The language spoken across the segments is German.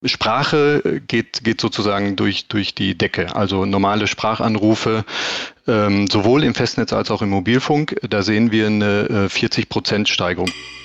Sprache geht sozusagen durch die Decke. Also normale Sprachanrufe, sowohl im Festnetz als auch im Mobilfunk, da sehen wir eine 40% Steigerung.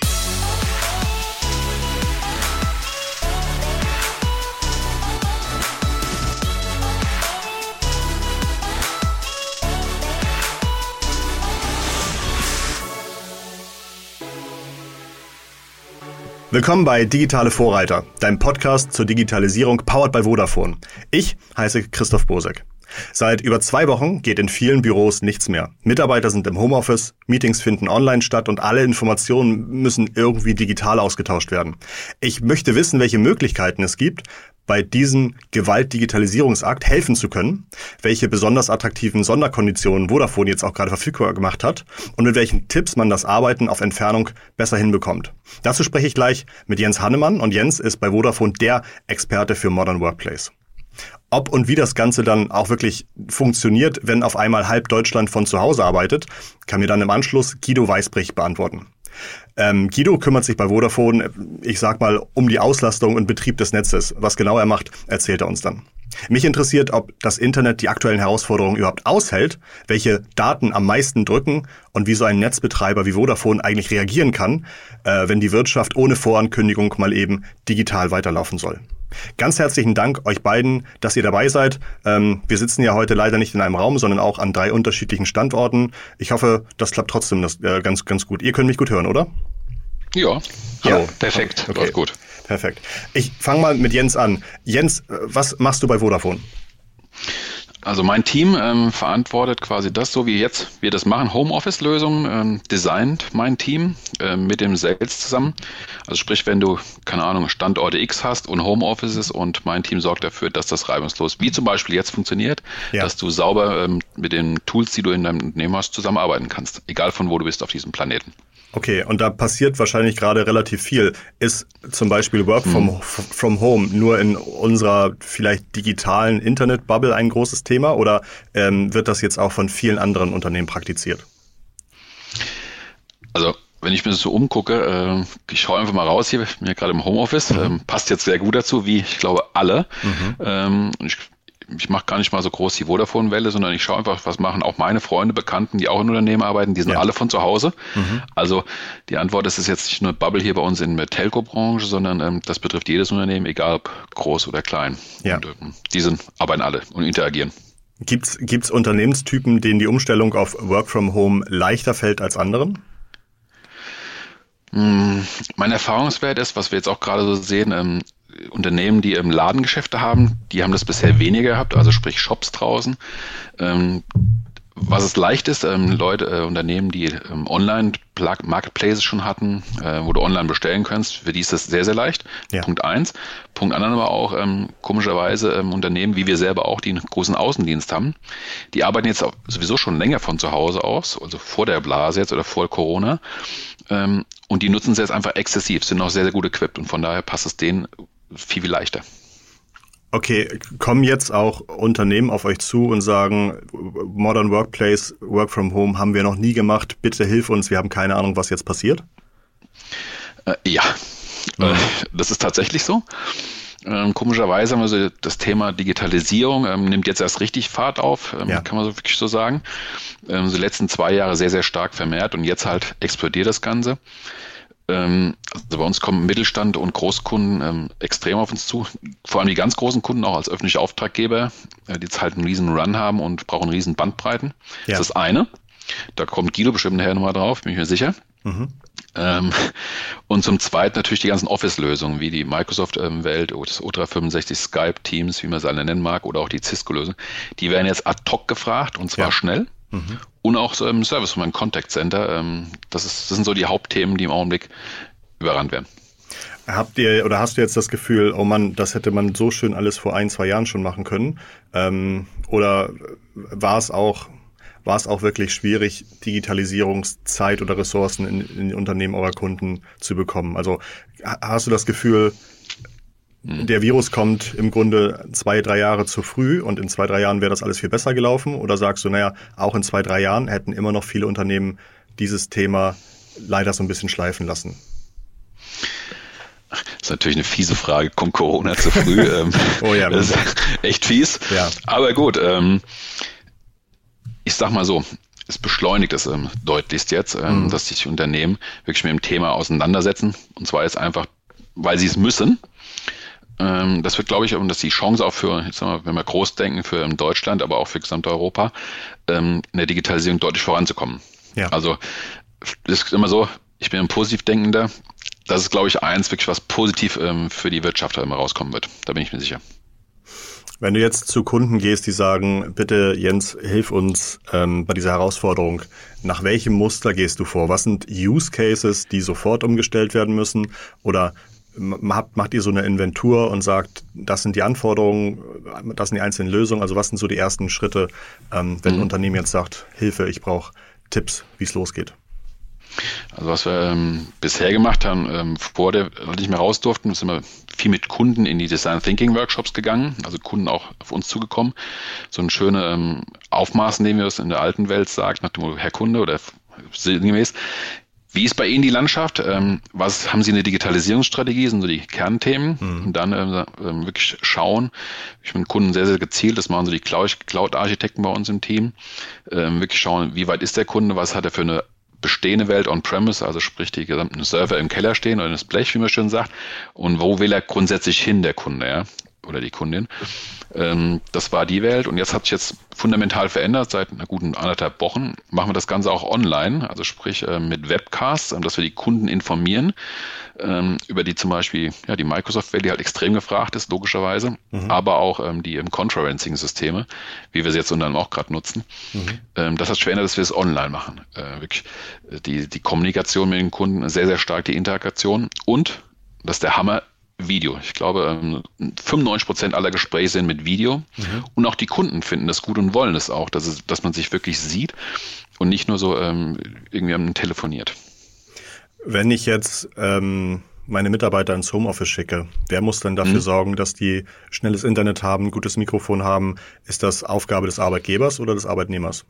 Willkommen bei Digitale Vorreiter, deinem Podcast zur Digitalisierung powered by Vodafone. Ich heiße Christoph Bosek. Seit über 2 Wochen geht in vielen Büros nichts mehr. Mitarbeiter sind im Homeoffice, Meetings finden online statt und alle Informationen müssen irgendwie digital ausgetauscht werden. Ich möchte wissen, welche Möglichkeiten es gibt, bei diesem Gewalt-Digitalisierungsakt helfen zu können, welche besonders attraktiven Sonderkonditionen Vodafone jetzt auch gerade verfügbar gemacht hat und mit welchen Tipps man das Arbeiten auf Entfernung besser hinbekommt. Dazu spreche ich gleich mit Jens Hannemann und Jens ist bei Vodafone der Experte für Modern Workplace. Ob und wie das Ganze dann auch wirklich funktioniert, wenn auf einmal halb Deutschland von zu Hause arbeitet, kann mir dann im Anschluss Guido Weisbrich beantworten. Guido kümmert sich bei Vodafone, ich sag mal, um die Auslastung und Betrieb des Netzes. Was genau er macht, erzählt er uns dann. Mich interessiert, ob das Internet die aktuellen Herausforderungen überhaupt aushält, welche Daten am meisten drücken und wie so ein Netzbetreiber wie Vodafone eigentlich reagieren kann, wenn die Wirtschaft ohne Vorankündigung mal eben digital weiterlaufen soll. Ganz herzlichen Dank euch beiden, dass ihr dabei seid. Wir sitzen ja heute leider nicht in einem Raum, sondern auch an 3 unterschiedlichen Standorten. Ich hoffe, das klappt trotzdem ganz gut. Ihr könnt mich gut hören, oder? Ja, hallo. Ja, perfekt. Okay. Gut. Perfekt. Ich fange mal mit Jens an. Jens, was machst du bei Vodafone? Also mein Team verantwortet quasi das, so wie jetzt wir das machen, Homeoffice-Lösungen, designt mein Team mit dem Sales zusammen. Also sprich, wenn du, keine Ahnung, Standorte X hast und Homeoffices und mein Team sorgt dafür, dass das reibungslos, wie zum Beispiel jetzt funktioniert, dass du sauber mit den Tools, die du in deinem Unternehmen hast, zusammenarbeiten kannst, egal von wo du bist auf diesem Planeten. Okay, und da passiert wahrscheinlich gerade relativ viel. Ist zum Beispiel Work from Home nur in unserer vielleicht digitalen Internet-Bubble ein großes Thema oder wird das jetzt auch von vielen anderen Unternehmen praktiziert? Also wenn ich mir das so umgucke, ich schaue einfach mal raus hier, ich bin ja gerade im Homeoffice, passt jetzt sehr gut dazu, wie ich glaube alle. Ich mache gar nicht mal so groß die Vodafone-Welle, sondern ich schaue einfach, was machen auch meine Freunde, Bekannten, die auch in Unternehmen arbeiten, die sind alle von zu Hause. Also die Antwort ist jetzt nicht nur Bubble hier bei uns in der Telco-Branche, sondern das betrifft jedes Unternehmen, egal ob groß oder klein. Ja. Und arbeiten alle und interagieren. Gibt's Unternehmenstypen, denen die Umstellung auf Work from Home leichter fällt als anderen? Mein Erfahrungswert ist, was wir jetzt auch gerade so sehen, Unternehmen, die Ladengeschäfte haben, die haben das bisher weniger gehabt, also sprich Shops draußen. Was es leicht ist, Unternehmen, die Online-Marketplaces schon hatten, wo du online bestellen kannst, für die ist das sehr, sehr leicht. Ja. Punkt 1. Punkt anderen aber auch, komischerweise Unternehmen, wie wir selber auch, die einen großen Außendienst haben, die arbeiten jetzt sowieso schon länger von zu Hause aus, also vor der Blase jetzt oder vor Corona. Und die nutzen es jetzt einfach exzessiv, sind auch sehr, sehr gut equipped und von daher passt es denen viel, viel leichter. Okay, kommen jetzt auch Unternehmen auf euch zu und sagen, Modern Workplace, Work from Home haben wir noch nie gemacht, bitte hilf uns, wir haben keine Ahnung, was jetzt passiert? Ja, das ist tatsächlich so. Komischerweise haben wir so das Thema Digitalisierung nimmt jetzt erst richtig Fahrt auf, kann man so wirklich so sagen. So die letzten 2 Jahre sehr, sehr stark vermehrt und jetzt halt explodiert das Ganze. Also bei uns kommen Mittelstand und Großkunden extrem auf uns zu. Vor allem die ganz großen Kunden auch als öffentliche Auftraggeber, die jetzt halt einen riesen Run haben und brauchen riesen Bandbreiten. Ja. Das ist das eine. Da kommt Guido bestimmt nachher nochmal drauf, bin ich mir sicher. Und zum Zweiten natürlich die ganzen Office-Lösungen, wie die Microsoft-Welt, das O365, Skype, Teams, wie man es alle nennen mag, oder auch die Cisco-Lösung. Die werden jetzt ad hoc gefragt und zwar schnell. Und auch so im Service von meinem Contact Center. Das sind so die Hauptthemen, die im Augenblick überrannt werden. Habt ihr oder hast du jetzt das Gefühl, oh Mann, das hätte man so schön alles vor 1, 2 Jahren schon machen können? Oder war es auch wirklich schwierig, Digitalisierungszeit oder Ressourcen in die Unternehmen eurer Kunden zu bekommen? Also hast du das Gefühl, der Virus kommt im Grunde 2, 3 Jahre zu früh und in 2, 3 Jahren wäre das alles viel besser gelaufen? Oder sagst du, naja, auch in 2, 3 Jahren hätten immer noch viele Unternehmen dieses Thema leider so ein bisschen schleifen lassen? Das ist natürlich eine fiese Frage. Kommt Corona zu früh? Oh ja. Das ist echt fies. Ja. Aber gut, ich sag mal so, es beschleunigt es deutlichst jetzt, dass sich Unternehmen wirklich mit dem Thema auseinandersetzen. Und zwar jetzt einfach, weil sie es müssen. Das wird, glaube ich, dass die Chance auch für, jetzt sagen wir, wenn wir groß denken, für Deutschland, aber auch für Gesamteuropa, in der Digitalisierung deutlich voranzukommen. Ja. Also es ist immer so, ich bin ein Positivdenkender. Das ist, glaube ich, wirklich was positiv für die Wirtschaft immer rauskommen wird. Da bin ich mir sicher. Wenn du jetzt zu Kunden gehst, die sagen, bitte Jens, hilf uns bei dieser Herausforderung, nach welchem Muster gehst du vor? Was sind Use Cases, die sofort umgestellt werden müssen? Oder macht ihr so eine Inventur und sagt, das sind die Anforderungen, das sind die einzelnen Lösungen? Also was sind so die ersten Schritte, wenn ein Unternehmen jetzt sagt, Hilfe, ich brauche Tipps, wie es losgeht? Also was wir bisher gemacht haben, als wir nicht mehr raus durften, sind wir viel mit Kunden in die Design Thinking Workshops gegangen, also Kunden auch auf uns zugekommen. So ein schöne Aufmaß, nehmen wir es in der alten Welt sagt, nach dem Motto, Herr Kunde oder sinngemäß, wie ist bei Ihnen die Landschaft? Was haben Sie eine Digitalisierungsstrategie? Sind so die Kernthemen. Und dann wirklich schauen. Ich bin Kunden sehr, sehr gezielt. Das machen so die Cloud-Architekten bei uns im Team. Wirklich schauen, wie weit ist der Kunde? Was hat er für eine bestehende Welt on-premise, also sprich die gesamten Server im Keller stehen oder das Blech, wie man schön sagt. Und wo will er grundsätzlich hin, der Kunde, ja? Oder die Kundin. Das war die Welt und jetzt hat sich jetzt fundamental verändert. Seit einer guten 1,5 Wochen machen wir das Ganze auch online, also sprich mit Webcasts, dass wir die Kunden informieren über die zum Beispiel die Microsoft-Welt, die halt extrem gefragt ist, logischerweise, aber auch die Conferencing-Systeme, wie wir sie jetzt unter anderem auch gerade nutzen. Das hat sich verändert, dass wir es online machen. Wirklich die Kommunikation mit den Kunden, sehr, sehr stark die Interaktion und, das ist der Hammer, Video. Ich glaube, 95% aller Gespräche sind mit Video und auch die Kunden finden das gut und wollen es auch, dass man sich wirklich sieht und nicht nur so irgendwie telefoniert. Wenn ich jetzt meine Mitarbeiter ins Homeoffice schicke, wer muss dann dafür sorgen, dass die schnelles Internet haben, gutes Mikrofon haben? Ist das Aufgabe des Arbeitgebers oder des Arbeitnehmers?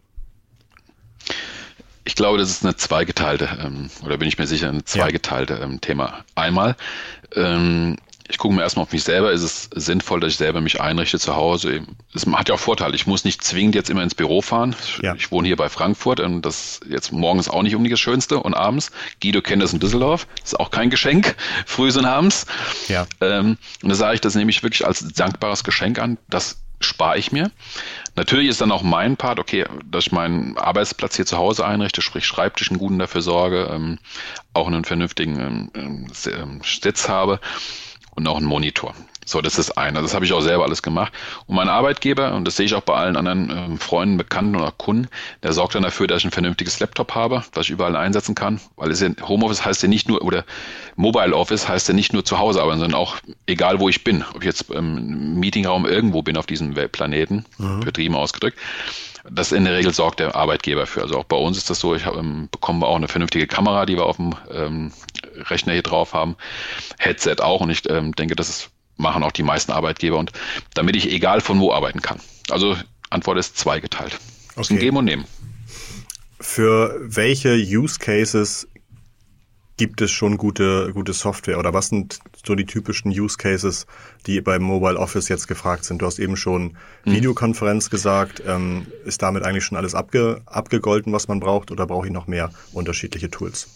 Ich glaube, das ist eine zweigeteilte, oder bin ich mir sicher, eine zweigeteilte Thema. Einmal, ich gucke mir erstmal auf mich selber, ist es sinnvoll, dass ich selber mich einrichte zu Hause. Es hat ja auch Vorteile, ich muss nicht zwingend jetzt immer ins Büro fahren. Ja. Ich wohne hier bei Frankfurt und das jetzt morgens auch nicht unbedingt das Schönste und abends. Guido kennt das in Düsseldorf, das ist auch kein Geschenk, früh und abends. Ja. Und da sage ich, das nehme ich wirklich als dankbares Geschenk an, das spare ich mir. Natürlich ist dann auch mein Part, okay, dass ich meinen Arbeitsplatz hier zu Hause einrichte, sprich Schreibtisch einen guten dafür sorge, auch einen vernünftigen Sitz habe und auch einen Monitor. So, das ist das eine. Das habe ich auch selber alles gemacht. Und mein Arbeitgeber, und das sehe ich auch bei allen anderen Freunden, Bekannten oder Kunden, der sorgt dann dafür, dass ich ein vernünftiges Laptop habe, das ich überall einsetzen kann. Weil Homeoffice heißt ja nicht nur, oder Mobile Office heißt ja nicht nur zu Hause arbeiten, sondern auch egal, wo ich bin. Ob ich jetzt im Meetingraum irgendwo bin auf diesem Planeten, übertrieben ausgedrückt. Das in der Regel sorgt der Arbeitgeber für. Also auch bei uns ist das so, bekommen wir auch eine vernünftige Kamera, die wir auf dem Rechner hier drauf haben. Headset auch. Und ich denke, das machen auch die meisten Arbeitgeber und damit ich egal von wo arbeiten kann. Also Antwort ist zweigeteilt. Okay. Muss ein Geben und Nehmen. Für welche Use Cases gibt es schon gute Software oder was sind so die typischen Use Cases, die beim Mobile Office jetzt gefragt sind? Du hast eben schon Videokonferenz gesagt. Ist damit eigentlich schon alles abgegolten, was man braucht oder brauche ich noch mehr unterschiedliche Tools?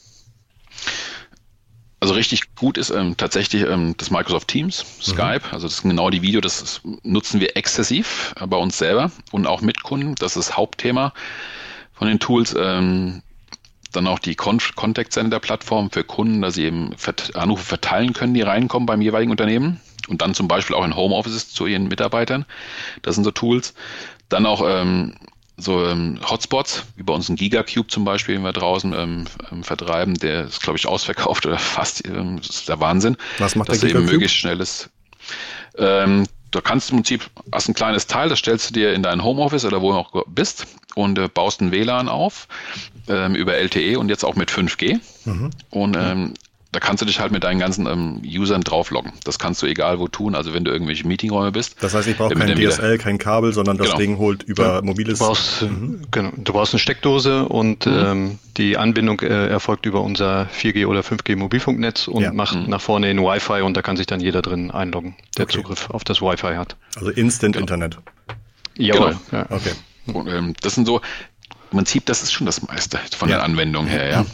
Also richtig gut ist tatsächlich das Microsoft Teams, Skype, also das ist genau die Video, das nutzen wir exzessiv bei uns selber und auch mit Kunden, das ist das Hauptthema von den Tools. Dann auch die Contact Center Plattform für Kunden, dass sie eben Anrufe verteilen können, die reinkommen beim jeweiligen Unternehmen und dann zum Beispiel auch in Homeoffices zu ihren Mitarbeitern, das sind so Tools. Dann auch Hotspots, wie bei uns ein Gigacube zum Beispiel, den wir draußen vertreiben, der ist, glaube ich, ausverkauft oder fast, das ist der Wahnsinn. Was macht der Gigacube? Eben möglichst schnelles. Du kannst im Prinzip, hast ein kleines Teil, das stellst du dir in dein Homeoffice oder wo du auch bist und baust ein WLAN auf über LTE und jetzt auch mit 5G. Und da kannst du dich halt mit deinen ganzen Usern draufloggen. Das kannst du egal wo tun, also wenn du irgendwelche Meetingräume bist. Das heißt, ich brauche kein DSL, kein Kabel, sondern das Ding holt über mobiles... Du brauchst eine Steckdose und die Anbindung erfolgt über unser 4G oder 5G Mobilfunknetz und macht nach vorne in Wi-Fi und da kann sich dann jeder drin einloggen, der Zugriff auf das Wi-Fi hat. Also Instant Internet. Jawohl. Genau. Ja. Okay. Und, das sind so, im Prinzip, das ist schon das meiste von den Anwendungen her, ja.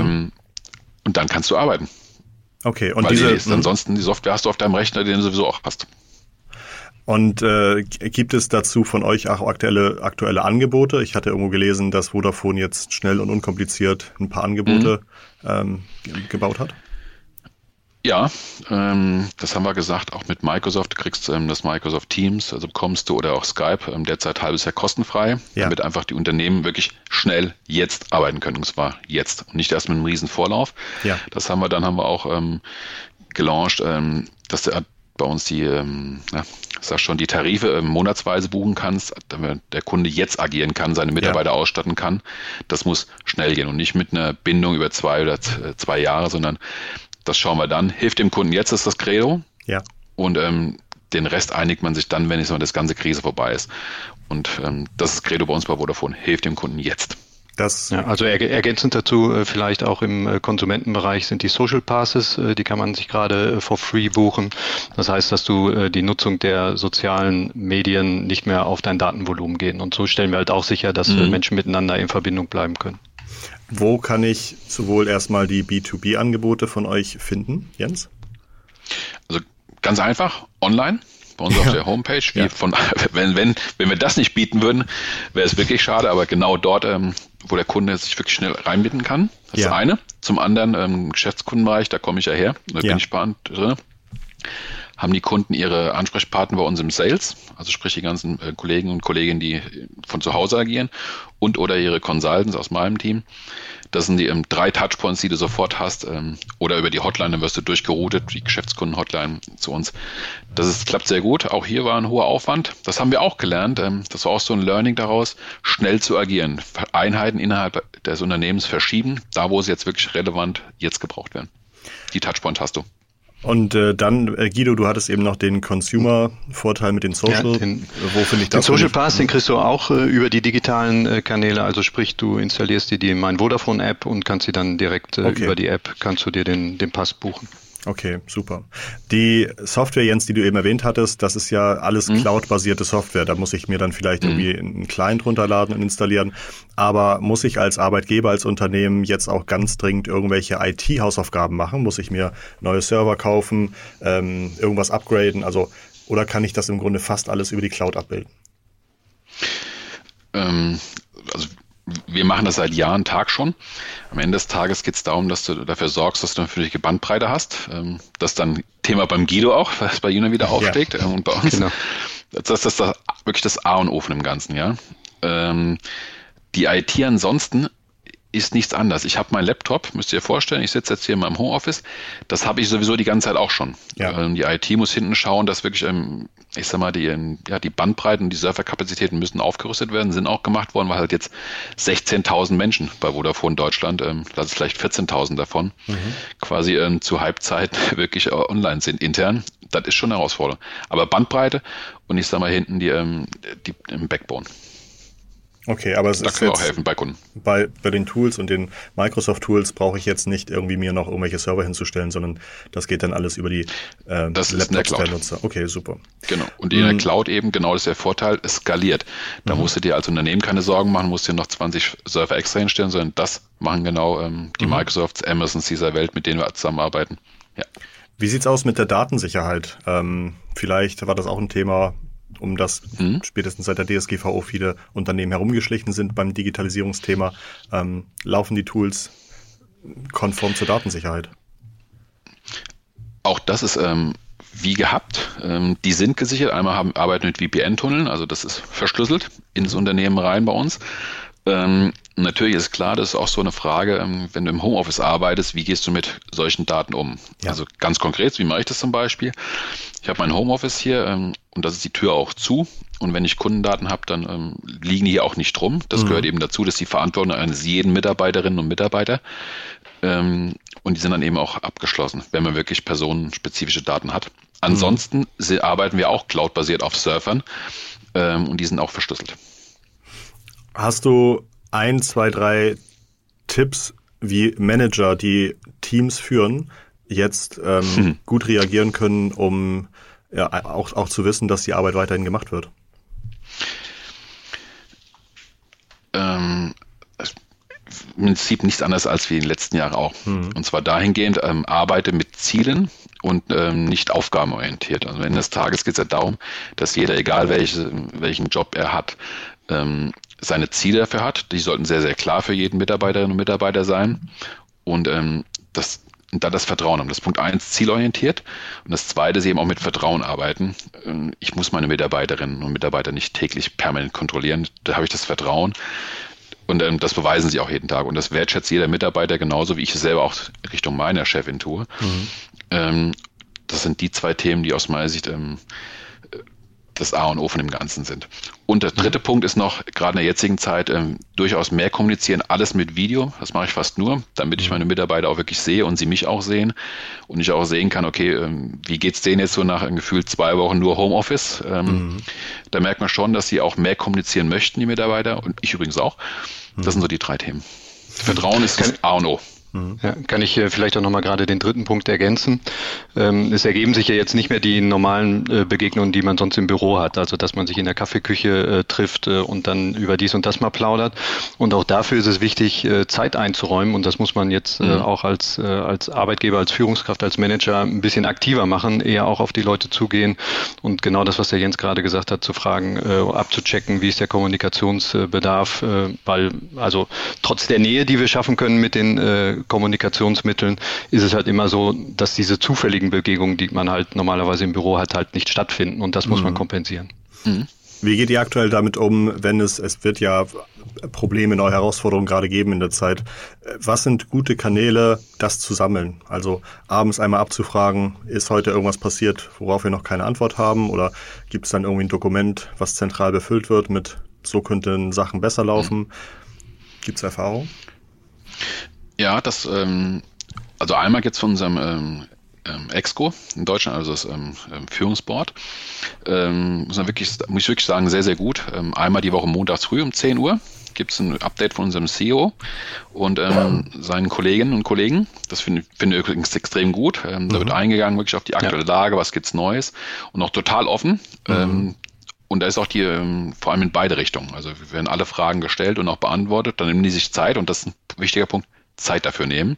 Und dann kannst du arbeiten. Okay, und ansonsten die Software hast du auf deinem Rechner, den du sowieso auch hast. Und gibt es dazu von euch auch aktuelle Angebote? Ich hatte irgendwo gelesen, dass Vodafone jetzt schnell und unkompliziert ein paar Angebote gebaut hat. Ja, das haben wir gesagt, auch mit Microsoft. Du kriegst das Microsoft Teams, also bekommst du, oder auch Skype, derzeit halbes Jahr kostenfrei, damit einfach die Unternehmen wirklich schnell jetzt arbeiten können. Und zwar jetzt und nicht erst mit einem riesen Vorlauf. Ja. Das haben wir auch gelauncht, dass du bei uns die Tarife monatsweise buchen kannst, damit der Kunde jetzt agieren kann, seine Mitarbeiter ausstatten kann. Das muss schnell gehen und nicht mit einer Bindung über 2 oder 2 Jahre, sondern das schauen wir dann. Hilft dem Kunden jetzt, ist das Credo. Ja. Und den Rest einigt man sich dann, wenn das ganze Krise vorbei ist. Und das ist Credo bei uns bei Vodafone. Hilft dem Kunden jetzt. Also ergänzend dazu vielleicht auch im Konsumentenbereich sind die Social Passes, die kann man sich gerade for free buchen. Das heißt, dass du die Nutzung der sozialen Medien nicht mehr auf dein Datenvolumen gehen. Und so stellen wir halt auch sicher, dass Menschen miteinander in Verbindung bleiben können. Wo kann ich sowohl erstmal die B2B-Angebote von euch finden, Jens? Also ganz einfach, online, bei uns auf der Homepage. Wenn wir das nicht bieten würden, wäre es wirklich schade, aber genau dort, wo der Kunde sich wirklich schnell reinbinden kann. Das ist das eine. Zum anderen im Geschäftskundenbereich, da komme ich ja her, da bin ich spannend drin. Haben die Kunden ihre Ansprechpartner bei uns im Sales, also sprich die ganzen Kollegen und Kolleginnen, die von zu Hause agieren und oder ihre Consultants aus meinem Team. Das sind die 3 Touchpoints, die du sofort hast, oder über die Hotline, dann wirst du durchgeroutet, die Geschäftskunden-Hotline zu uns. Klappt sehr gut. Auch hier war ein hoher Aufwand. Das haben wir auch gelernt. Das war auch so ein Learning daraus, schnell zu agieren. Einheiten innerhalb des Unternehmens verschieben, da wo sie jetzt wirklich relevant jetzt gebraucht werden. Die Touchpoint hast du. Und dann, Guido, du hattest eben noch den Consumer-Vorteil mit den Social. Wo finde ich das? Den Social Pass, den kriegst du auch über die digitalen Kanäle. Also sprich, du installierst dir die Mein Vodafone-App und kannst sie dann direkt über die App, kannst du dir den Pass buchen. Okay, super. Die Software, Jens, die du eben erwähnt hattest, das ist ja alles Cloud-basierte Software. Da muss ich mir dann vielleicht irgendwie einen Client runterladen und installieren. Aber muss ich als Arbeitgeber, als Unternehmen jetzt auch ganz dringend irgendwelche IT-Hausaufgaben machen? Muss ich mir neue Server kaufen, irgendwas upgraden? Oder kann ich das im Grunde fast alles über die Cloud abbilden? Wir machen das seit Jahren, Tag schon. Am Ende des Tages geht es darum, dass du dafür sorgst, dass du eine vernünftige Bandbreite hast. Das ist dann Thema beim Guido auch, was bei Juna wieder aufschlägt und bei uns. Genau. Das ist wirklich das A und O von dem Ganzen. Ja. Die IT ansonsten ist nichts anderes. Ich habe meinen Laptop, müsst ihr vorstellen, ich sitze jetzt hier in meinem Homeoffice, das habe ich sowieso die ganze Zeit auch schon. Ja. Die IT muss hinten schauen, dass wirklich, ich sag mal, die Bandbreiten und die Serverkapazitäten müssen aufgerüstet werden, sind auch gemacht worden, weil halt jetzt 16.000 Menschen bei Vodafone Deutschland, das ist vielleicht 14.000 davon, quasi zur Halbzeit wirklich online sind, intern. Das ist schon eine Herausforderung. Aber Bandbreite und ich sag mal hinten die im Backbone. Okay, aber es ist jetzt auch helfen bei Kunden. Bei den Tools und den Microsoft-Tools brauche ich jetzt nicht irgendwie mir noch irgendwelche Server hinzustellen, sondern das geht dann alles über die Laptops der Nutzer. Okay, super. Genau. Und in der Cloud eben, genau das ist der Vorteil, es skaliert. Da musst du dir als Unternehmen keine Sorgen machen, musst dir noch 20 Server extra hinstellen, sondern das machen genau die Microsofts, Amazons dieser Welt, mit denen wir zusammenarbeiten. Ja. Wie sieht's aus mit der Datensicherheit? Vielleicht war das auch ein Thema, um das spätestens seit der DSGVO viele Unternehmen herumgeschlichen sind beim Digitalisierungsthema. Laufen die Tools konform zur Datensicherheit? Auch das ist wie gehabt. Die sind gesichert. Einmal arbeiten mit VPN-Tunneln, also das ist verschlüsselt ins Unternehmen rein bei uns. Natürlich ist klar, das ist auch so eine Frage, wenn du im Homeoffice arbeitest, wie gehst du mit solchen Daten um? Ja. Also ganz konkret, wie mache ich das zum Beispiel? Ich habe mein Homeoffice hier und das ist die Tür auch zu. Und wenn ich Kundendaten habe, dann liegen die hier auch nicht rum. Das gehört eben dazu, dass die Verantwortung eines jeden Mitarbeiterinnen und Mitarbeiter. Und die sind dann eben auch abgeschlossen, wenn man wirklich personenspezifische Daten hat. Ansonsten arbeiten wir auch cloud-basiert auf Servern und die sind auch verschlüsselt. Hast du 1, 2, 3 Tipps, wie Manager, die Teams führen, jetzt gut reagieren können, um auch zu wissen, dass die Arbeit weiterhin gemacht wird? Im Prinzip nichts anderes als wie in den letzten Jahren auch. Und zwar dahingehend, arbeite mit Zielen und nicht aufgabenorientiert. Also am Ende des Tages geht es ja darum, dass jeder, egal welchen Job er hat, seine Ziele dafür hat. Die sollten sehr, sehr klar für jeden Mitarbeiterinnen und Mitarbeiter sein. Und dann das Vertrauen haben. Das Punkt 1, zielorientiert. Und das zweite ist eben auch mit Vertrauen arbeiten. Ich muss meine Mitarbeiterinnen und Mitarbeiter nicht täglich permanent kontrollieren. Da habe ich das Vertrauen. Und das beweisen sie auch jeden Tag. Und das wertschätzt jeder Mitarbeiter genauso, wie ich es selber auch Richtung meiner Chefin tue. Das sind die 2 Themen, die aus meiner Sicht das A und O von dem Ganzen sind. Und der dritte Punkt ist noch, gerade in der jetzigen Zeit, durchaus mehr kommunizieren, alles mit Video. Das mache ich fast nur, damit ich meine Mitarbeiter auch wirklich sehe und sie mich auch sehen. Und ich auch sehen kann, okay, wie geht's denen jetzt so nach gefühlt 2 Wochen nur Homeoffice? Da merkt man schon, dass sie auch mehr kommunizieren möchten, die Mitarbeiter. Und ich übrigens auch. Das sind so die 3 Themen. Vertrauen ist das A und O. Ja, kann ich vielleicht auch nochmal gerade den dritten Punkt ergänzen. Es ergeben sich ja jetzt nicht mehr die normalen Begegnungen, die man sonst im Büro hat, also dass man sich in der Kaffeeküche trifft und dann über dies und das mal plaudert. Und auch dafür ist es wichtig, Zeit einzuräumen, und das muss man jetzt auch als Arbeitgeber, als Führungskraft, als Manager ein bisschen aktiver machen, eher auch auf die Leute zugehen und genau das, was der Jens gerade gesagt hat, zu fragen, abzuchecken, wie ist der Kommunikationsbedarf, weil also trotz der Nähe, die wir schaffen können mit den Kommunikationsmitteln, ist es halt immer so, dass diese zufälligen Begegnungen, die man halt normalerweise im Büro hat, halt nicht stattfinden, und das muss man kompensieren. Wie geht ihr aktuell damit um, wenn es wird ja Probleme, neue Herausforderungen gerade geben in der Zeit. Was sind gute Kanäle, das zu sammeln? Also abends einmal abzufragen, ist heute irgendwas passiert, worauf wir noch keine Antwort haben, oder gibt es dann irgendwie ein Dokument, was zentral befüllt wird mit, so könnten Sachen besser laufen? Gibt es Erfahrung? Ja, also einmal gibt es von unserem Exco in Deutschland, also das Führungsboard, muss ich wirklich sagen, sehr, sehr gut. Einmal die Woche montags früh um 10 Uhr gibt es ein Update von unserem CEO und seinen Kolleginnen und Kollegen. Das finde ich übrigens extrem gut. Da wird eingegangen wirklich auf die aktuelle Lage, was gibt's Neues, und auch total offen. Und da ist auch vor allem in beide Richtungen. Also werden alle Fragen gestellt und auch beantwortet. Dann nehmen die sich Zeit, und das ist ein wichtiger Punkt, Zeit dafür nehmen.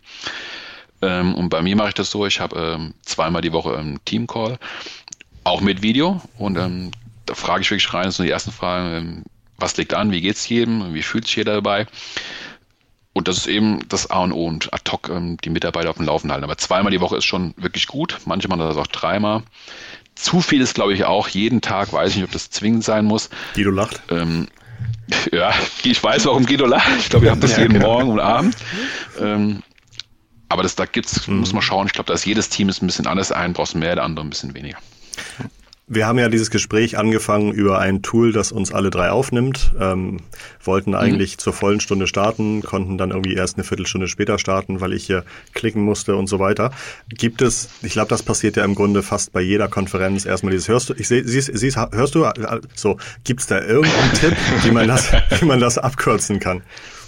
Und bei mir mache ich das so, ich habe 2-mal die Woche einen Team-Call, auch mit Video, und da frage ich wirklich rein, das sind die ersten Fragen, was liegt an, wie geht's jedem, wie fühlt sich jeder dabei? Und das ist eben das A und O, und ad hoc die Mitarbeiter auf dem Laufen halten. Aber 2-mal die Woche ist schon wirklich gut, manche machen das auch 3-mal. Zu viel ist, glaube ich, auch jeden Tag, weiß ich nicht, ob das zwingend sein muss. Guido lacht. Ja, ich weiß, warum Guido lacht. Ich glaube, ihr habt das jeden Morgen und Abend. Aber muss man schauen. Ich glaube, da ist jedes Team ist ein bisschen anders. Einen brauchst du mehr, der andere ein bisschen weniger. Wir haben ja dieses Gespräch angefangen über ein Tool, das uns alle 3 aufnimmt. Wollten eigentlich zur vollen Stunde starten, konnten dann irgendwie erst eine Viertelstunde später starten, weil ich hier klicken musste und so weiter. Gibt es, ich glaube, das passiert ja im Grunde fast bei jeder Konferenz, erstmal dieses, hörst du, hörst du, so, gibt es da irgendeinen Tipp, wie man das abkürzen kann?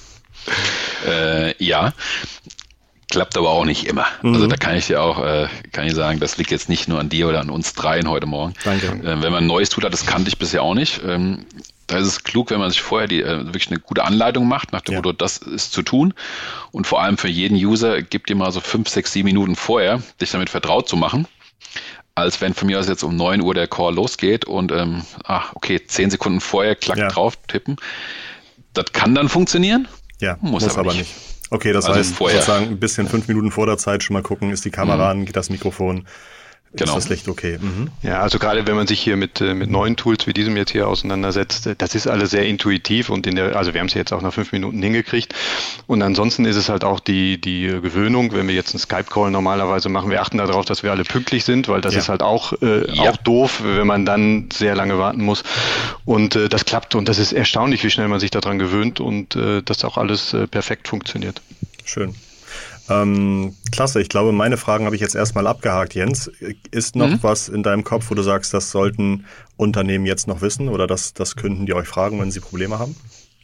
Ja. Klappt aber auch nicht immer. Also da kann ich dir auch sagen, das liegt jetzt nicht nur an dir oder an uns dreien heute Morgen. Danke. Wenn man ein neues Tool hat, das kannte ich bisher auch nicht. Da ist es klug, wenn man sich vorher wirklich eine gute Anleitung macht, nach dem Motto, das ist zu tun. Und vor allem für jeden User gibt dir mal so 5, 6, 7 Minuten vorher, dich damit vertraut zu machen, als wenn von mir aus jetzt um 9 Uhr der Call losgeht und 10 Sekunden vorher drauf tippen. Das kann dann funktionieren, muss aber nicht. Okay, das heißt sozusagen ein bisschen 5 Minuten vor der Zeit schon mal gucken, ist die Kamera an, geht das Mikrofon, ist das Licht okay. Ja, also gerade wenn man sich hier mit neuen Tools wie diesem jetzt hier auseinandersetzt, das ist alles sehr intuitiv, und also wir haben es jetzt auch nach 5 Minuten hingekriegt, und ansonsten ist es halt auch die Gewöhnung, wenn wir jetzt einen Skype-Call normalerweise machen, wir achten darauf, dass wir alle pünktlich sind, weil das ist halt auch doof, wenn man dann sehr lange warten muss, und das klappt, und das ist erstaunlich, wie schnell man sich daran gewöhnt, und dass auch alles perfekt funktioniert. Schön. Klasse, ich glaube, meine Fragen habe ich jetzt erstmal abgehakt, Jens. Ist noch was in deinem Kopf, wo du sagst, das sollten Unternehmen jetzt noch wissen oder das könnten die euch fragen, wenn sie Probleme haben?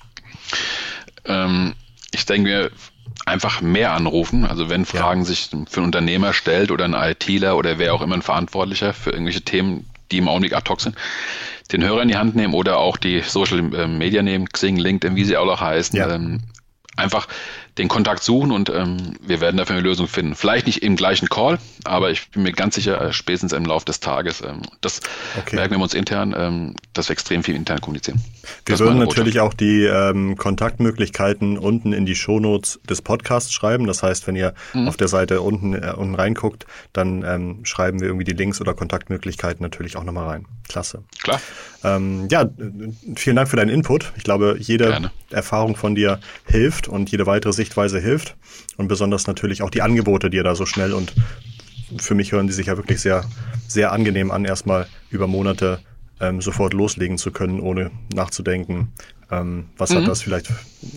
Ich denke, einfach mehr anrufen. Also wenn Fragen sich für einen Unternehmer stellt oder ein ITler oder wer auch immer ein Verantwortlicher für irgendwelche Themen, die im Augenblick ad hoc sind, den Hörer in die Hand nehmen oder auch die Social Media nehmen, Xing, LinkedIn, wie sie auch noch heißen. Einfach den Kontakt suchen und wir werden dafür eine Lösung finden. Vielleicht nicht im gleichen Call, aber ich bin mir ganz sicher, spätestens im Laufe des Tages. Das merken wir uns intern, dass wir extrem viel intern kommunizieren. Wir würden natürlich auch die Kontaktmöglichkeiten unten in die Shownotes des Podcasts schreiben. Das heißt, wenn ihr auf der Seite unten reinguckt, dann schreiben wir irgendwie die Links oder Kontaktmöglichkeiten natürlich auch nochmal rein. Klasse. Klar. Vielen Dank für deinen Input. Ich glaube, jede Erfahrung von dir hilft und jede weitere Sichtweise hilft. Und besonders natürlich auch die Angebote, die ihr da so schnell und für mich hören die sich ja wirklich sehr, sehr angenehm an, erstmal über Monate sofort loslegen zu können, ohne nachzudenken, was hat das vielleicht,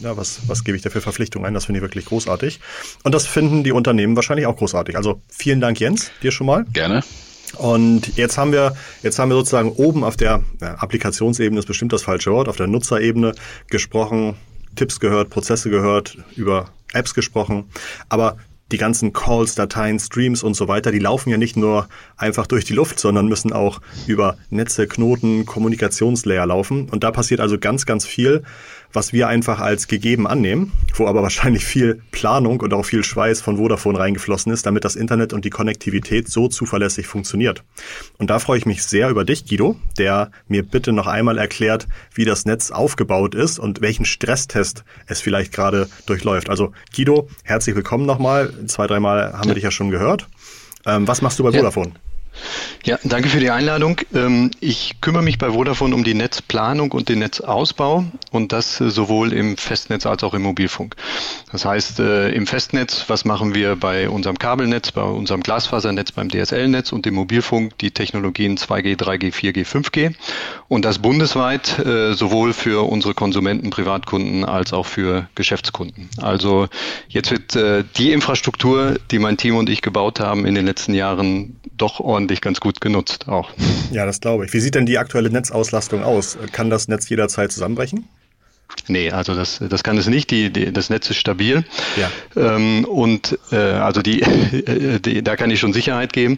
was gebe ich da für Verpflichtungen ein, das finde ich wirklich großartig. Und das finden die Unternehmen wahrscheinlich auch großartig. Also vielen Dank, Jens, dir schon mal. Gerne. Und jetzt haben wir sozusagen oben auf der Applikationsebene, ist bestimmt das falsche Wort, auf der Nutzerebene gesprochen, Tipps gehört, Prozesse gehört, über Apps gesprochen, aber die ganzen Calls, Dateien, Streams und so weiter, die laufen ja nicht nur einfach durch die Luft, sondern müssen auch über Netze, Knoten, Kommunikationslayer laufen. Und da passiert also ganz, ganz viel, was wir einfach als gegeben annehmen, wo aber wahrscheinlich viel Planung und auch viel Schweiß von Vodafone reingeflossen ist, damit das Internet und die Konnektivität so zuverlässig funktioniert. Und da freue ich mich sehr über dich, Guido, der mir bitte noch einmal erklärt, wie das Netz aufgebaut ist und welchen Stresstest es vielleicht gerade durchläuft. Also Guido, herzlich willkommen nochmal. 2-3 Mal haben wir dich ja schon gehört. Was machst du bei Vodafone? Ja, danke für die Einladung. Ich kümmere mich bei Vodafone um die Netzplanung und den Netzausbau und das sowohl im Festnetz als auch im Mobilfunk. Das heißt, im Festnetz, was machen wir bei unserem Kabelnetz, bei unserem Glasfasernetz, beim DSL-Netz und im Mobilfunk, die Technologien 2G, 3G, 4G, 5G und das bundesweit sowohl für unsere Konsumenten, Privatkunden als auch für Geschäftskunden. Also jetzt wird die Infrastruktur, die mein Team und ich gebaut haben in den letzten Jahren, doch ordentlich ganz gut genutzt auch. Ja, das glaube ich. Wie sieht denn die aktuelle Netzauslastung aus? Kann das Netz jederzeit zusammenbrechen? Nee, also das kann es nicht. Das Netz ist stabil. Ja. Also da kann ich schon Sicherheit geben.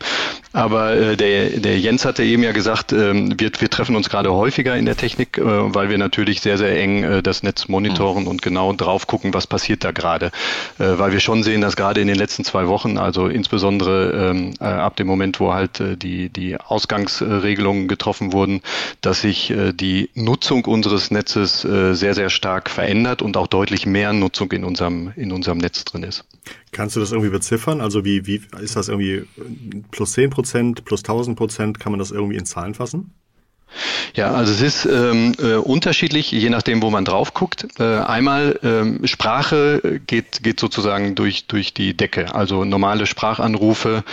Aber der Jens hatte eben ja gesagt, wir treffen uns gerade häufiger in der Technik, weil wir natürlich sehr, sehr eng das Netz monitoren und genau drauf gucken, was passiert da gerade. Weil wir schon sehen, dass gerade in den letzten 2 Wochen, also insbesondere ab dem Moment, wo halt die Ausgangsregelungen getroffen wurden, dass sich die Nutzung unseres Netzes sehr, sehr stark verändert und auch deutlich mehr Nutzung in unserem Netz drin ist. Kannst du das irgendwie beziffern? Also wie ist das irgendwie plus 10%, plus 1000%? Kann man das irgendwie in Zahlen fassen? Ja, also es ist unterschiedlich, je nachdem, wo man drauf guckt. Einmal Sprache geht sozusagen durch die Decke. Also normale Sprachanrufe,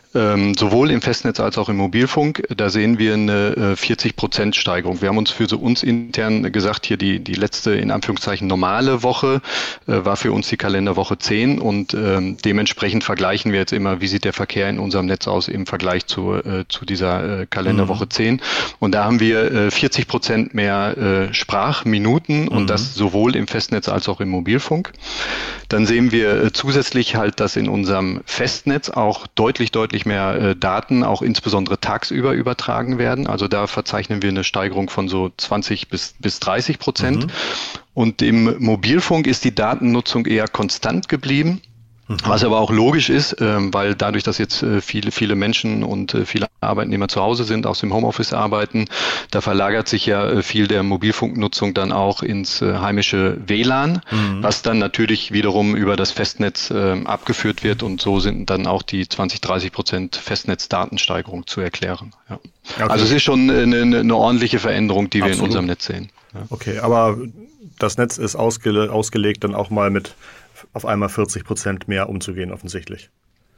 sowohl im Festnetz als auch im Mobilfunk, da sehen wir eine 40% Steigerung. Wir haben uns für uns intern gesagt, hier die letzte, in Anführungszeichen, normale Woche war für uns die Kalenderwoche 10 und dementsprechend vergleichen wir jetzt immer, wie sieht der Verkehr in unserem Netz aus im Vergleich zu dieser Kalenderwoche 10. Und da haben wir 40% mehr Sprachminuten und das sowohl im Festnetz als auch im Mobilfunk. Dann sehen wir zusätzlich halt, dass in unserem Festnetz auch deutlich mehr Daten, auch insbesondere tagsüber übertragen werden. Also da verzeichnen wir eine Steigerung von so 20 bis 30%. Und im Mobilfunk ist die Datennutzung eher konstant geblieben. Was aber auch logisch ist, weil dadurch, dass jetzt viele Menschen und viele Arbeitnehmer zu Hause sind, aus dem Homeoffice arbeiten, da verlagert sich ja viel der Mobilfunknutzung dann auch ins heimische WLAN, was dann natürlich wiederum über das Festnetz abgeführt wird und so sind dann auch die 20-30% Festnetzdatensteigerung zu erklären. Ja. Okay. Also es ist schon eine ordentliche Veränderung, die wir in unserem Netz sehen. Ja. Okay, aber das Netz ist ausgelegt dann auch mal mit auf einmal 40% mehr umzugehen, offensichtlich.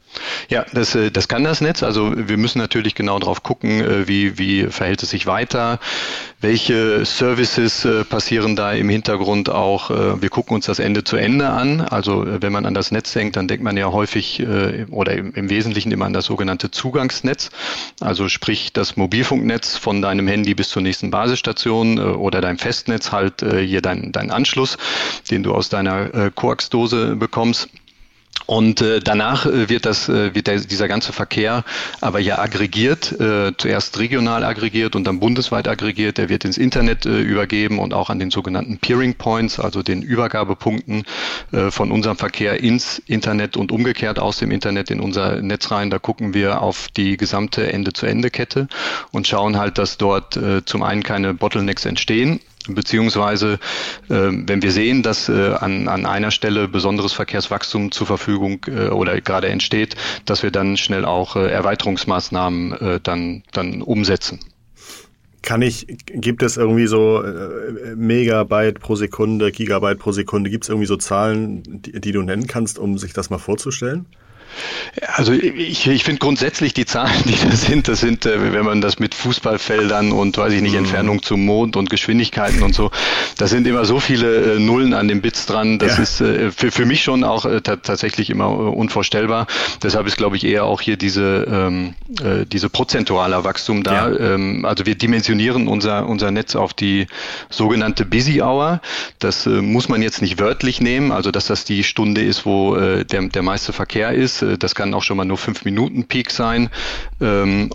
Ja, das kann das Netz. Also wir müssen natürlich genau drauf gucken, wie verhält es sich weiter, welche Services passieren da im Hintergrund auch. Wir gucken uns das Ende zu Ende an. Also wenn man an das Netz denkt, dann denkt man ja häufig oder im Wesentlichen immer an das sogenannte Zugangsnetz. Also sprich das Mobilfunknetz von deinem Handy bis zur nächsten Basisstation oder dein Festnetz, halt hier dein Anschluss, den du aus deiner Koaxdose bekommst. Und danach wird dieser ganze Verkehr aber ja aggregiert, zuerst regional aggregiert und dann bundesweit aggregiert. Der wird ins Internet übergeben und auch an den sogenannten Peering Points, also den Übergabepunkten von unserem Verkehr ins Internet und umgekehrt aus dem Internet in unser Netz rein. Da gucken wir auf die gesamte Ende-zu-Ende-Kette und schauen halt, dass dort zum einen keine Bottlenecks entstehen, beziehungsweise wenn wir sehen, dass an einer Stelle besonderes Verkehrswachstum zur Verfügung oder gerade entsteht, dass wir dann schnell auch Erweiterungsmaßnahmen dann umsetzen. Gibt es irgendwie so Megabyte pro Sekunde, Gigabyte pro Sekunde, gibt es irgendwie so Zahlen, die du nennen kannst, um sich das mal vorzustellen? Also ich finde grundsätzlich die Zahlen, die das sind, wenn man das mit Fußballfeldern und weiß ich nicht, Entfernung zum Mond und Geschwindigkeiten und so, das sind immer so viele Nullen an den Bits dran, das ist für mich schon auch tatsächlich immer unvorstellbar. Deshalb ist, glaube ich, eher auch hier diese prozentualer Wachstum da. Ja. Also wir dimensionieren unser Netz auf die sogenannte Busy Hour. Das muss man jetzt nicht wörtlich nehmen, also dass das die Stunde ist, wo der meiste Verkehr ist. Das kann auch schon mal nur 5 Minuten Peak sein. Wenn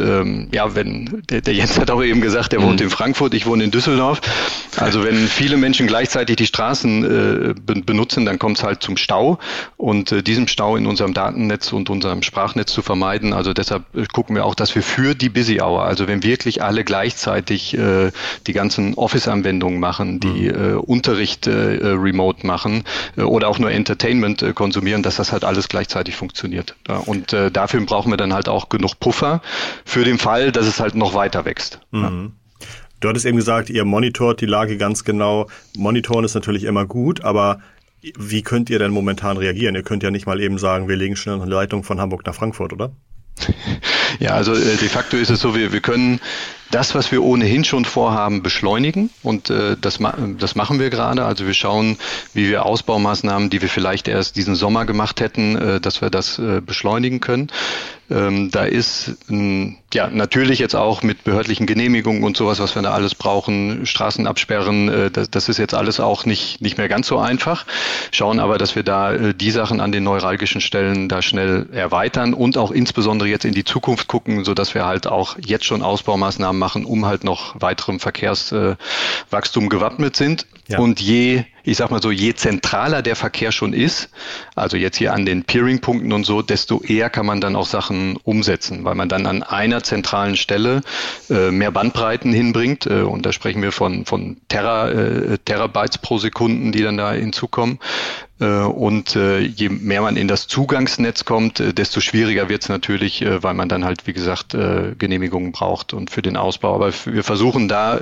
der Jens hat auch eben gesagt, er wohnt in Frankfurt, ich wohne in Düsseldorf. Also wenn viele Menschen gleichzeitig die Straßen benutzen, dann kommt es halt zum Stau. Und diesem Stau in unserem Datennetz und unserem Sprachnetz zu vermeiden. Also deshalb gucken wir auch, dass wir für die Busy Hour, also wenn wirklich alle gleichzeitig die ganzen Office-Anwendungen machen, die Unterricht remote machen oder auch nur Entertainment konsumieren, dass das halt alles gleichzeitig funktioniert. Ja, und dafür brauchen wir dann halt auch genug Puffer für den Fall, dass es halt noch weiter wächst. Mhm. Du hattest eben gesagt, ihr monitort die Lage ganz genau. Monitoren ist natürlich immer gut, aber wie könnt ihr denn momentan reagieren? Ihr könnt ja nicht mal eben sagen, wir legen schnell eine Leitung von Hamburg nach Frankfurt, oder? Ja, also de facto ist es so, wir können das, was wir ohnehin schon vorhaben, beschleunigen und das machen wir gerade. Also wir schauen, wie wir Ausbaumaßnahmen, die wir vielleicht erst diesen Sommer gemacht hätten, dass wir das beschleunigen können. Da ist natürlich jetzt auch mit behördlichen Genehmigungen und sowas, was wir da alles brauchen, Straßen absperren, das ist jetzt alles auch nicht mehr ganz so einfach. Schauen aber, dass wir da die Sachen an den neuralgischen Stellen da schnell erweitern und auch insbesondere jetzt in die Zukunft gucken, sodass wir halt auch jetzt schon Ausbaumaßnahmen machen, um halt noch weiterem Verkehrswachstum gewappnet sind. Ja. Und je zentraler der Verkehr schon ist, also jetzt hier an den Peering-Punkten und so, desto eher kann man dann auch Sachen umsetzen, weil man dann an einer zentralen Stelle mehr Bandbreiten hinbringt. Und da sprechen wir von Terabytes pro Sekunden, die dann da hinzukommen. Und je mehr man in das Zugangsnetz kommt, desto schwieriger wird es natürlich, weil man dann halt, wie gesagt, Genehmigungen braucht und für den Ausbau. Aber wir versuchen da,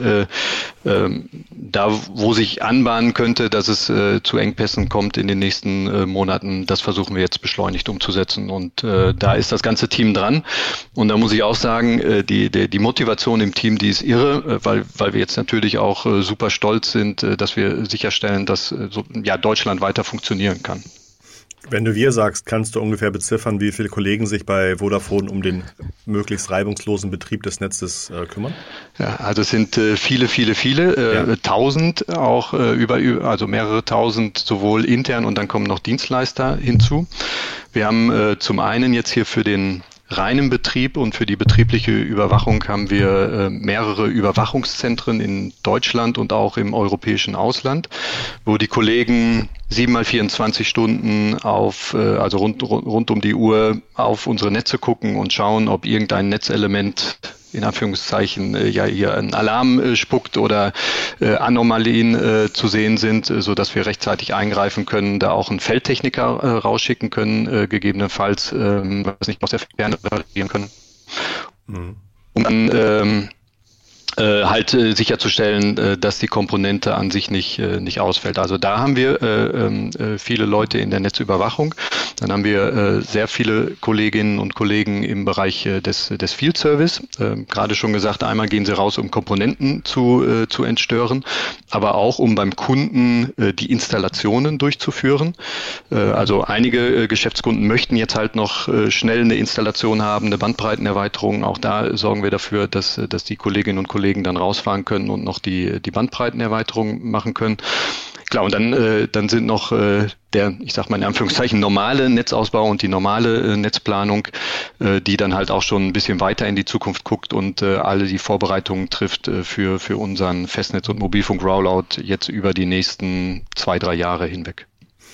wo sich anbahnen könnte, dass es zu Engpässen kommt in den nächsten Monaten, das versuchen wir jetzt beschleunigt umzusetzen. Und da ist das ganze Team dran. Und da muss ich auch sagen, die Motivation im Team, die ist irre, weil wir jetzt natürlich auch super stolz sind, dass wir sicherstellen, dass Deutschland weiter funktionieren kann. Wenn du wir sagst, kannst du ungefähr beziffern, wie viele Kollegen sich bei Vodafone um den möglichst reibungslosen Betrieb des Netzes kümmern? Ja, also es sind viele, 1000 auch also mehrere tausend sowohl intern und dann kommen noch Dienstleister hinzu. Wir haben zum einen jetzt hier für den reinen Betrieb und für die betriebliche Überwachung haben wir mehrere Überwachungszentren in Deutschland und auch im europäischen Ausland, wo die Kollegen 7x24 Stunden also rund um die Uhr auf unsere Netze gucken und schauen, ob irgendein Netzelement in Anführungszeichen hier ein Alarm spuckt oder Anomalien zu sehen sind, so dass wir rechtzeitig eingreifen können, da auch einen Feldtechniker rausschicken können, gegebenenfalls, aus der Ferne reagieren können. Mhm. Und dann sicherzustellen, dass die Komponente an sich nicht ausfällt. Also da haben wir viele Leute in der Netzüberwachung. Dann haben wir sehr viele Kolleginnen und Kollegen im Bereich des Field Service. Gerade schon gesagt, einmal gehen sie raus, um Komponenten zu entstören, aber auch um beim Kunden die Installationen durchzuführen. Also einige Geschäftskunden möchten jetzt halt noch schnell eine Installation haben, eine Bandbreitenerweiterung. Auch da sorgen wir dafür, dass die Kolleginnen und Kollegen dann rausfahren können und noch die Bandbreitenerweiterung machen können. Klar, und dann sind noch ich sag mal in Anführungszeichen, normale Netzausbau und die normale Netzplanung, die dann halt auch schon ein bisschen weiter in die Zukunft guckt und alle die Vorbereitungen trifft für unseren Festnetz- und Mobilfunk-Rollout jetzt über die nächsten 2-3 Jahre hinweg.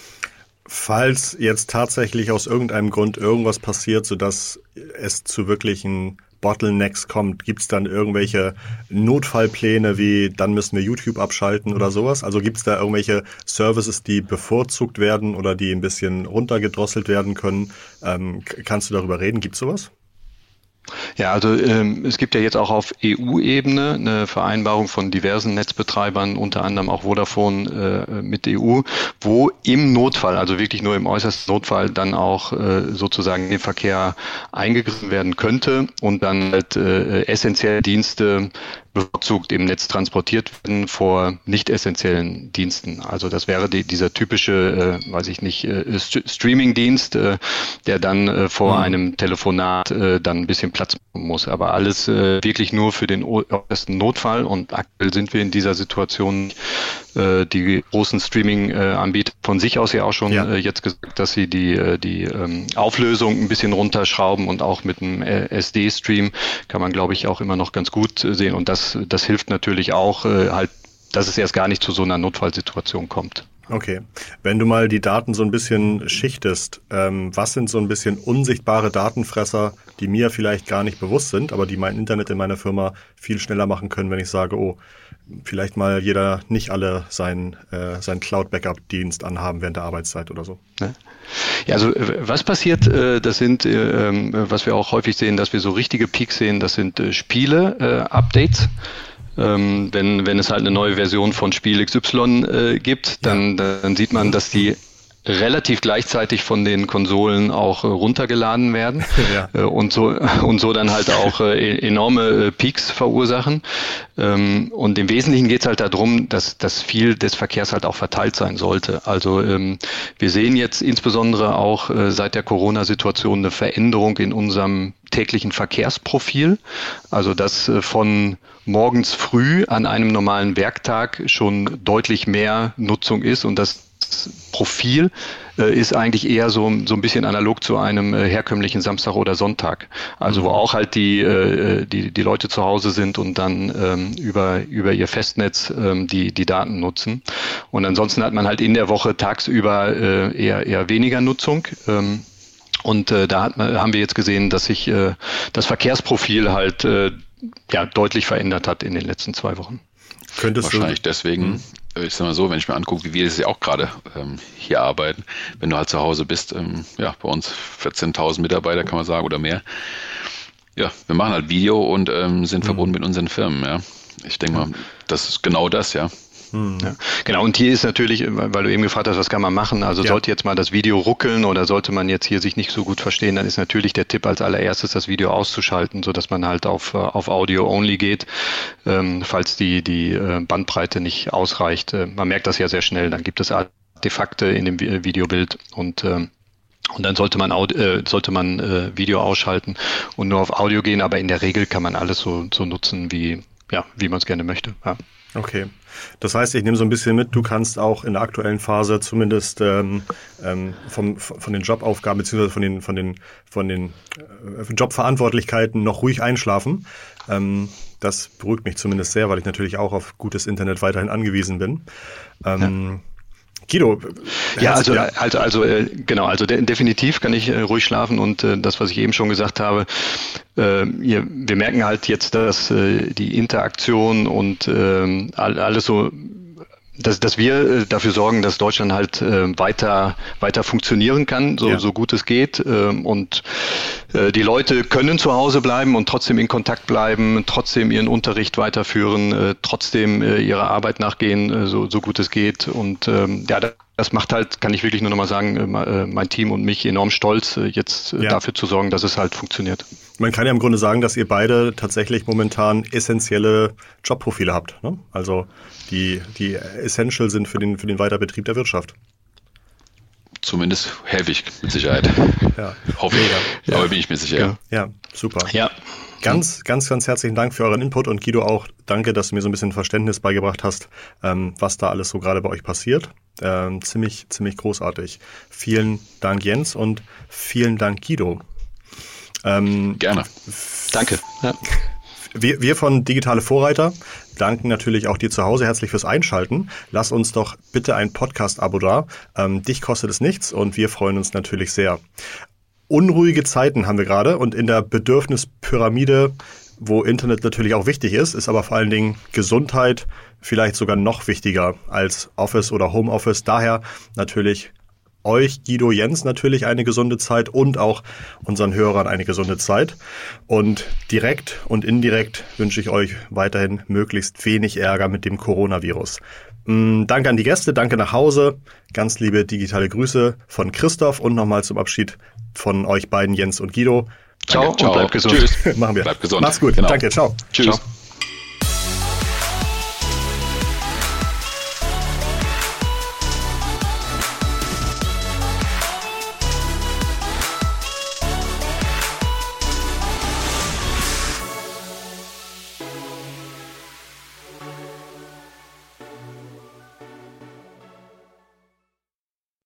Falls jetzt tatsächlich aus irgendeinem Grund irgendwas passiert, sodass es zu wirklichen Bottlenecks kommt, gibt es dann irgendwelche Notfallpläne wie, dann müssen wir YouTube abschalten oder sowas? Also gibt es da irgendwelche Services, die bevorzugt werden oder die ein bisschen runtergedrosselt werden können? Kannst du darüber reden? Gibt es sowas? Ja, also es gibt ja jetzt auch auf EU-Ebene eine Vereinbarung von diversen Netzbetreibern, unter anderem auch Vodafone mit EU, wo im Notfall, also wirklich nur im äußersten Notfall, dann auch sozusagen in den Verkehr eingegriffen werden könnte und dann halt essentielle Dienste bevorzugt im Netz transportiert werden vor nicht essentiellen Diensten. Also das wäre dieser typische, Streaming-Dienst, der dann vor einem Telefonat dann ein bisschen Platz machen muss. Aber alles wirklich nur für den ersten Notfall und aktuell sind wir in dieser Situation. Die großen Streaming-Anbieter von sich aus ja auch schon jetzt gesagt, dass sie die Auflösung ein bisschen runterschrauben und auch mit einem SD-Stream kann man, glaube ich, auch immer noch ganz gut sehen und das hilft natürlich auch dass es erst gar nicht zu so einer Notfallsituation kommt. Okay. Wenn du mal die Daten so ein bisschen schichtest, was sind so ein bisschen unsichtbare Datenfresser, die mir vielleicht gar nicht bewusst sind, aber die mein Internet in meiner Firma viel schneller machen können, wenn ich sage, vielleicht mal nicht alle seinen Cloud-Backup-Dienst anhaben während der Arbeitszeit oder so. Ja, also was passiert, das sind, was wir auch häufig sehen, dass wir so richtige Peaks sehen, das sind Spiele-Updates. Wenn es halt eine neue Version von Spiel XY gibt, dann sieht man, dass die relativ gleichzeitig von den Konsolen auch runtergeladen werden und so dann halt auch enorme Peaks verursachen. Und im Wesentlichen geht es halt darum, dass viel des Verkehrs halt auch verteilt sein sollte. Also wir sehen jetzt insbesondere auch seit der Corona-Situation eine Veränderung in unserem täglichen Verkehrsprofil. Also dass von morgens früh an einem normalen Werktag schon deutlich mehr Nutzung ist und das Profil ist eigentlich eher so ein bisschen analog zu einem herkömmlichen Samstag oder Sonntag. Also wo auch halt die Leute zu Hause sind und dann über ihr Festnetz die Daten nutzen. Und ansonsten hat man halt in der Woche tagsüber eher weniger Nutzung. Und da haben wir jetzt gesehen, dass sich das Verkehrsprofil halt deutlich verändert hat in den letzten 2 Wochen. Wahrscheinlich deswegen, ich sag mal so, wenn ich mir angucke, wie wir das ja auch gerade hier arbeiten, wenn du halt zu Hause bist, bei uns 14.000 Mitarbeiter, kann man sagen, oder mehr. Ja, wir machen halt Video und sind verbunden mit unseren Firmen, ja. Ich denke mal, das ist genau das, ja. Ja, genau, und hier ist natürlich, weil du eben gefragt hast, was kann man machen, also sollte jetzt mal das Video ruckeln oder sollte man jetzt hier sich nicht so gut verstehen, dann ist natürlich der Tipp als allererstes, das Video auszuschalten, sodass man halt auf Audio-only geht, falls die Bandbreite nicht ausreicht. Man merkt das ja sehr schnell, dann gibt es Artefakte in dem Videobild und dann sollte man Video ausschalten und nur auf Audio gehen, aber in der Regel kann man alles so nutzen, wie man es gerne möchte. Ja. Okay. Das heißt, ich nehme so ein bisschen mit, du kannst auch in der aktuellen Phase zumindest von den Jobaufgaben bzw. von den Jobverantwortlichkeiten noch ruhig einschlafen. Das beruhigt mich zumindest sehr, weil ich natürlich auch auf gutes Internet weiterhin angewiesen bin. Guido. Definitiv kann ich ruhig schlafen und das, was ich eben schon gesagt habe, wir merken halt jetzt, dass die Interaktion und alles so dass wir dafür sorgen, dass Deutschland halt weiter funktionieren kann, so gut es geht. Und die Leute können zu Hause bleiben und trotzdem in Kontakt bleiben, trotzdem ihren Unterricht weiterführen, trotzdem ihrer Arbeit nachgehen, so gut es geht. Und das macht halt, kann ich wirklich nur nochmal sagen, mein Team und mich enorm stolz, jetzt dafür zu sorgen, dass es halt funktioniert. Man kann ja im Grunde sagen, dass ihr beide tatsächlich momentan essentielle Jobprofile habt, ne? Also die essential sind für den Weiterbetrieb der Wirtschaft. Zumindest helfe ich mit Sicherheit. Ja. Hoffe ich. Aber bin ich mir sicher. Ja, super. Ja. Ganz herzlichen Dank für euren Input und Guido auch danke, dass du mir so ein bisschen Verständnis beigebracht hast, was da alles so gerade bei euch passiert. Ziemlich großartig. Vielen Dank, Jens, und vielen Dank, Guido. Gerne. Danke. Ja. Wir von Digitale Vorreiter danken natürlich auch dir zu Hause herzlich fürs Einschalten. Lass uns doch bitte ein Podcast-Abo da. Dich kostet es nichts und wir freuen uns natürlich sehr. Unruhige Zeiten haben wir gerade und in der Bedürfnispyramide, wo Internet natürlich auch wichtig ist aber vor allen Dingen Gesundheit vielleicht sogar noch wichtiger als Office oder Homeoffice. Daher natürlich euch, Guido, Jens, natürlich eine gesunde Zeit und auch unseren Hörern eine gesunde Zeit. Und direkt und indirekt wünsche ich euch weiterhin möglichst wenig Ärger mit dem Coronavirus. Danke an die Gäste, danke nach Hause. Ganz liebe digitale Grüße von Christoph und nochmal zum Abschied von euch beiden, Jens und Guido. Ciao. Und bleibt gesund. Tschüss. Machen wir. Bleibt gesund. Macht's gut. Genau. Danke. Ciao. Tschüss. Ciao.